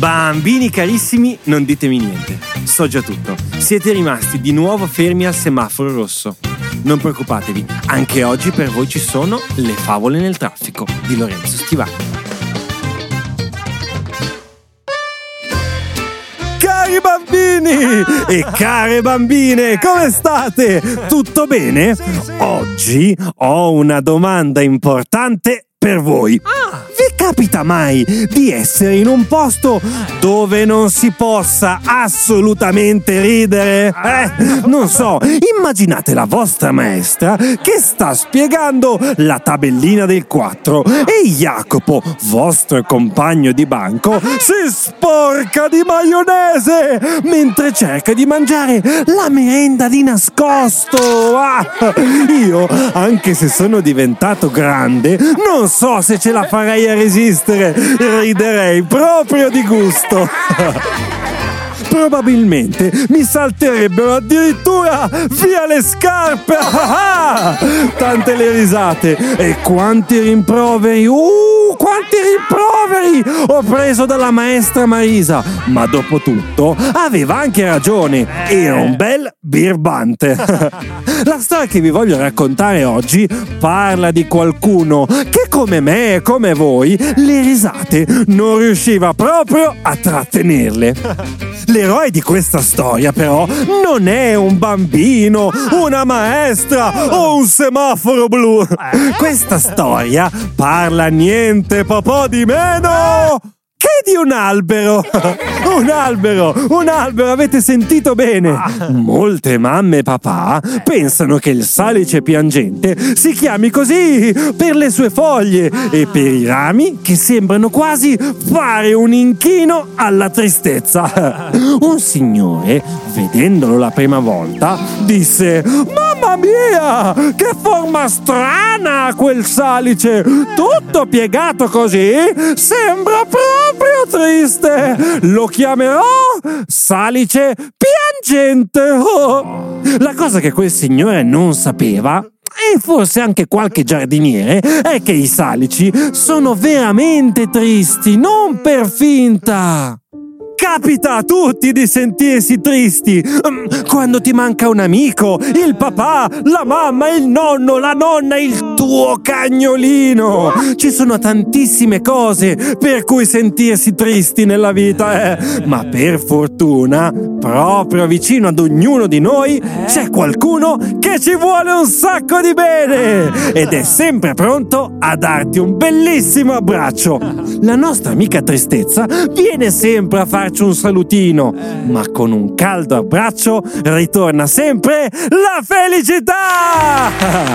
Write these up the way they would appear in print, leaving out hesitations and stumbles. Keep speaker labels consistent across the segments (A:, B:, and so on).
A: Bambini carissimi, non ditemi niente. So già tutto. Siete rimasti di nuovo fermi al semaforo rosso. Non preoccupatevi, anche oggi per voi ci sono le favole nel traffico di Lorenzo Schivacca. Cari bambini e care bambine, come state? Tutto bene? Oggi ho una domanda importante per voi. Vi capita mai di essere in un posto dove non si possa assolutamente ridere? Non so, immaginate la vostra maestra che sta spiegando la tabellina del 4 e Jacopo, vostro compagno di banco, si sporca di maionese mentre cerca di mangiare la merenda di nascosto. Io, anche se sono diventato grande, non so se ce la farei a resistere, riderei proprio di gusto. Probabilmente mi salterebbero addirittura via le scarpe. Tante le risate e quanti rimproveri, quanti rimproveri ho preso dalla maestra Marisa, ma dopo tutto aveva anche ragione, era un bel birbante. La storia che vi voglio raccontare oggi parla di qualcuno che come me e come voi le risate non riusciva proprio a trattenerle. L'eroe di questa storia però non è un bambino, una maestra o un semaforo blu. Questa storia parla niente po' di meno che di un albero. Un albero, avete sentito bene? Molte mamme e papà pensano che il salice piangente si chiami così per le sue foglie e per i rami che sembrano quasi fare un inchino alla tristezza. Un signore, vedendolo la prima volta, disse: "Mamma mia, che forma strana quel salice! Tutto piegato così, sembra proprio triste! Lo chiamerò salice piangente!" La cosa che quel signore non sapeva, e forse anche qualche giardiniere, è che i salici sono veramente tristi, non per finta. Capita a tutti di sentirsi tristi quando ti manca un amico, il papà, la mamma, il nonno, la nonna, il tuo cagnolino. Ci sono tantissime cose per cui sentirsi tristi nella vita, ma per fortuna proprio vicino ad ognuno di noi c'è qualcuno che ci vuole un sacco di bene ed è sempre pronto a darti un bellissimo abbraccio. La nostra amica tristezza viene sempre a farci un salutino, ma con un caldo abbraccio ritorna sempre la felicità!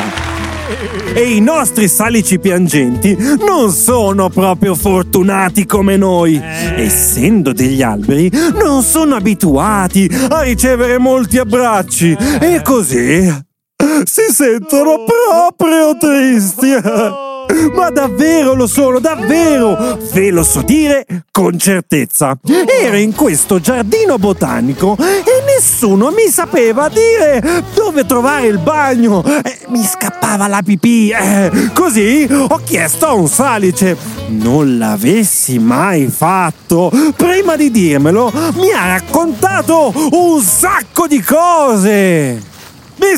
A: E i nostri salici piangenti non sono proprio fortunati come noi. Essendo degli alberi, non sono abituati a ricevere molti abbracci e così si sentono proprio tristi. Ma davvero lo sono, davvero! Ve lo so dire con certezza. Ero in questo giardino botanico e nessuno mi sapeva dire dove trovare il bagno. Mi scappava la pipì. Così ho chiesto a un salice. Non l'avessi mai fatto. Prima di dirmelo mi ha raccontato un sacco di cose. Mi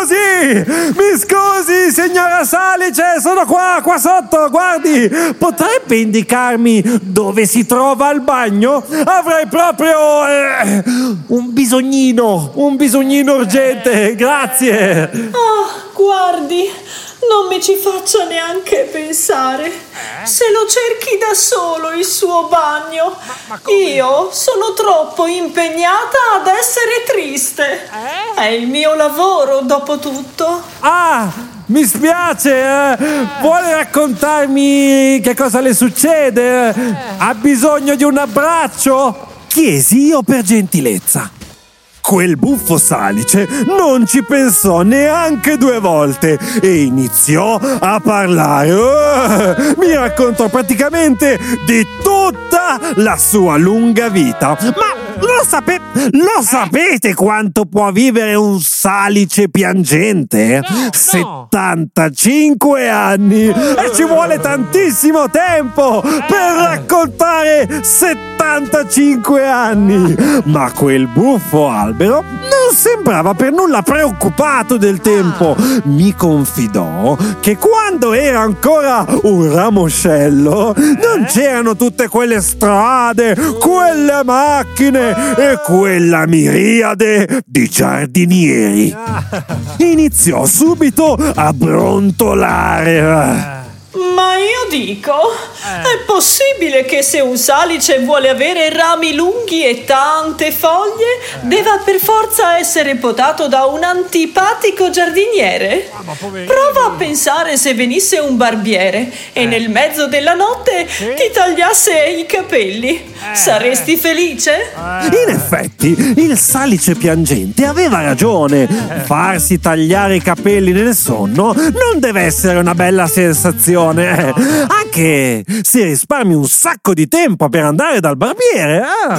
A: scusi, signora Salice, sono qua sotto, guardi, potrebbe indicarmi dove si trova il bagno? Avrei proprio un bisognino urgente, grazie.
B: Guardi, non mi ci faccia neanche pensare. Se lo cerchi da solo il suo bagno, io sono troppo impegnata ad essere triste. È il mio lavoro, dopo tutto.
A: Mi spiace, vuole raccontarmi che cosa le succede? Ha bisogno di un abbraccio? Chiesi io per gentilezza. Quel buffo salice non ci pensò neanche 2 volte e iniziò a parlare. Mi raccontò praticamente di tutta la sua lunga vita. Ma lo sapete quanto può vivere un salice piangente? 75 anni! E ci vuole tantissimo tempo per raccontare avere 75 anni. Ma quel buffo albero non sembrava per nulla preoccupato del tempo. Mi confidò che quando era ancora un ramoscello non c'erano tutte quelle strade, quelle macchine e quella miriade di giardinieri. Iniziò subito a brontolare.
B: Ma io dico, è possibile che se un salice vuole avere rami lunghi e tante foglie, deva per forza essere potato da un antipatico giardiniere? Prova a pensare se venisse un barbiere e nel mezzo della notte ti tagliasse i capelli. Saresti felice?
A: In effetti, il salice piangente aveva ragione. Farsi tagliare i capelli nel sonno non deve essere una bella sensazione. Anche se risparmi un sacco di tempo per andare dal barbiere.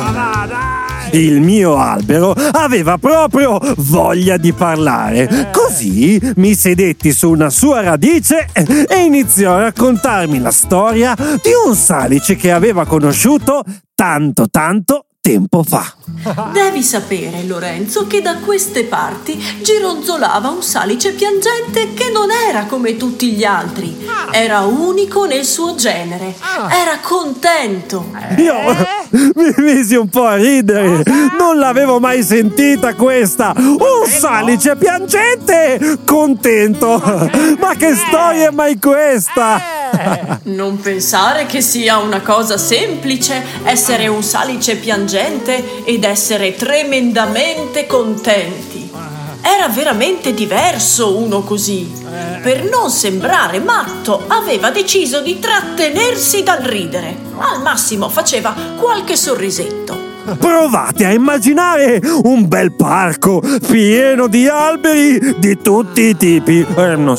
A: Il mio albero aveva proprio voglia di parlare. Così mi sedetti su una sua radice e iniziò a raccontarmi la storia di un salice che aveva conosciuto tanto tempo fa.
B: Devi sapere, Lorenzo, che da queste parti gironzolava un salice piangente che non era come tutti gli altri. Era unico nel suo genere. Era contento.
A: Io mi misi un po' a ridere. Non l'avevo mai sentita questa. Un salice piangente contento. Ma che storia è mai questa?
B: Non pensare che sia una cosa semplice essere un salice piangente ed essere tremendamente contenti. Era veramente diverso uno così. Per non sembrare matto, aveva deciso di trattenersi dal ridere. Al massimo faceva qualche sorrisetto.
A: Provate a immaginare un bel parco pieno di alberi di tutti i tipi.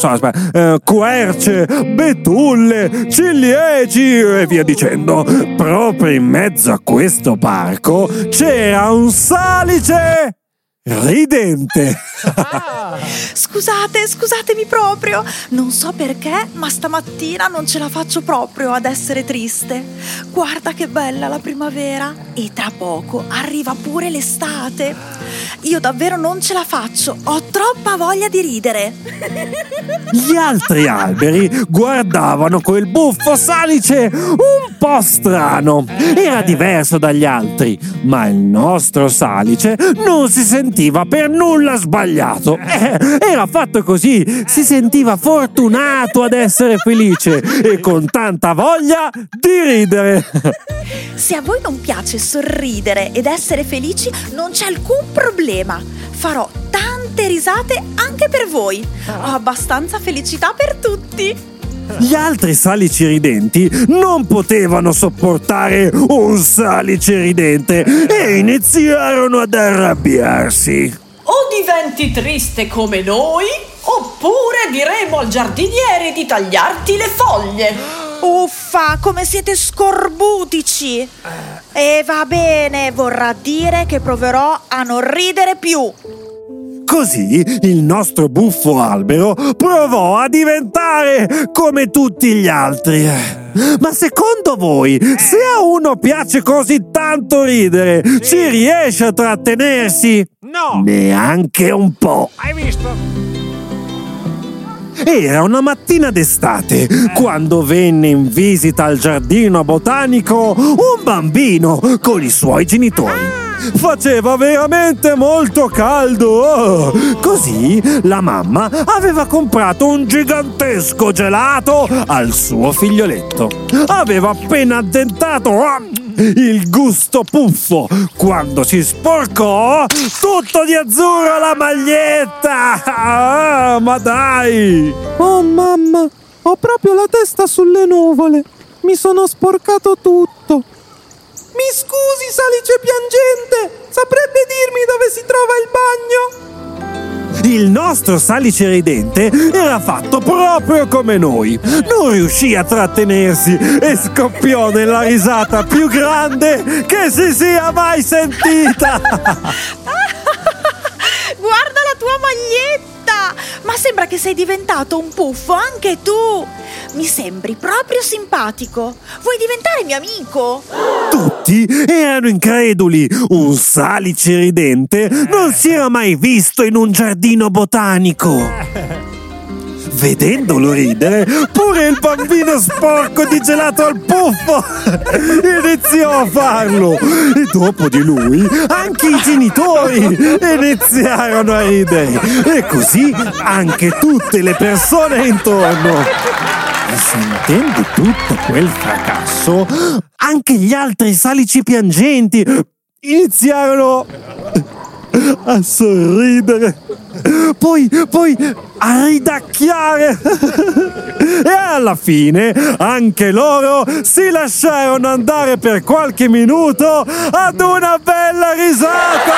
A: Querce, betulle, ciliegi e via dicendo. Proprio in mezzo a questo parco c'era un salice ridente.
C: Scusatemi proprio. Non so perché, ma stamattina non ce la faccio proprio ad essere triste. Guarda che bella la primavera e tra poco arriva pure l'estate. Io davvero non ce la faccio, ho troppa voglia di ridere.
A: Gli altri alberi guardavano quel buffo salice un po' strano. Era diverso dagli altri, ma il nostro salice non si sentiva per nulla sbagliato. Era fatto così, si sentiva fortunato ad essere felice e con tanta voglia di ridere.
C: Se a voi non piace sorridere ed essere felici, non c'è alcun problema. Farò tante risate anche per voi. Ho abbastanza felicità per tutti.
A: Gli altri salici ridenti non potevano sopportare un salice ridente e iniziarono ad arrabbiarsi.
B: O diventi triste come noi, oppure diremo al giardiniere di tagliarti le foglie.
C: Uffa, come siete scorbutici! E va bene, vorrà dire che proverò a non ridere più.
A: Così il nostro buffo albero provò a diventare come tutti gli altri. Ma secondo voi, se a uno piace così tanto ridere, ci riesce a trattenersi?
D: No!
A: Neanche un po'.
D: Hai visto?
A: Era una mattina d'estate, quando venne in visita al giardino botanico un bambino con i suoi genitori. Faceva veramente molto caldo. Così la mamma aveva comprato un gigantesco gelato al suo figlioletto. Aveva appena addentato il gusto puffo quando si sporcò tutto di azzurro la maglietta. Ma dai!
E: Oh mamma, ho proprio la testa sulle nuvole. Mi sono sporcato tutto. Mi scusi, salice piangente, saprebbe dirmi dove si trova il bagno?
A: Il nostro salice ridente era fatto proprio come noi. Non riuscì a trattenersi e scoppiò nella risata più grande che si sia mai sentita.
C: Guarda la tua maglietta! Ma sembra che sei diventato un puffo anche tu! Mi sembri proprio simpatico. Vuoi diventare mio amico?
A: Tutti erano increduli. Un salice ridente non si era mai visto in un giardino botanico. Vedendolo ridere, pure il bambino sporco di gelato al puffo iniziò a farlo. E dopo di lui anche i genitori iniziarono a ridere. E così anche tutte le persone intorno. E sentendo tutto quel fracasso, anche gli altri salici piangenti iniziarono a sorridere, poi a ridacchiare e alla fine anche loro si lasciarono andare per qualche minuto ad una bella risata.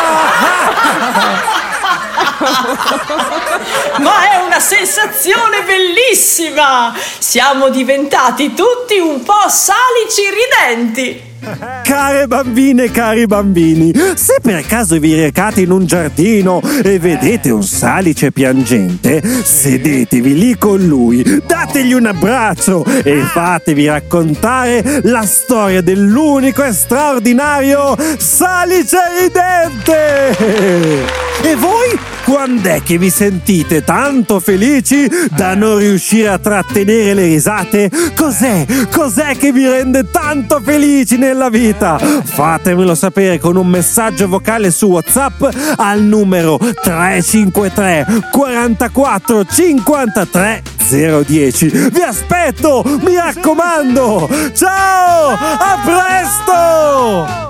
B: Ma è una sensazione bellissima! Siamo diventati tutti un po' salici ridenti!
A: Care bambine e cari bambini, se per caso vi recate in un giardino e vedete un salice piangente, sedetevi lì con lui, dategli un abbraccio e fatevi raccontare la storia dell'unico e straordinario salice ridente! E voi, quando è che vi sentite tanto felici da non riuscire a trattenere le risate? Cos'è che vi rende tanto felici nella vita? Fatemelo sapere con un messaggio vocale su WhatsApp al numero 353 44 53 010. Vi aspetto, mi raccomando! Ciao! A presto!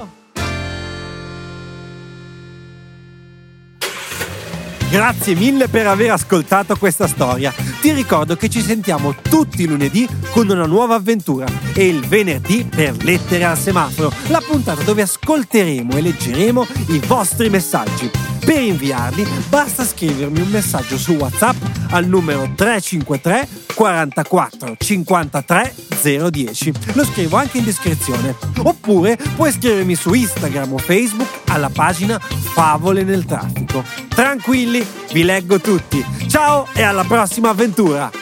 A: Grazie mille per aver ascoltato questa storia. Ti ricordo che ci sentiamo tutti i lunedì con una nuova avventura e il venerdì per Lettere al semaforo, la puntata dove ascolteremo e leggeremo i vostri messaggi. Per inviarli basta scrivermi un messaggio su WhatsApp al numero 353 44 53 010. Lo scrivo anche in descrizione. Oppure puoi scrivermi su Instagram o Facebook alla pagina Favole nel traffico. Tranquilli, vi leggo tutti. Ciao e alla prossima avventura!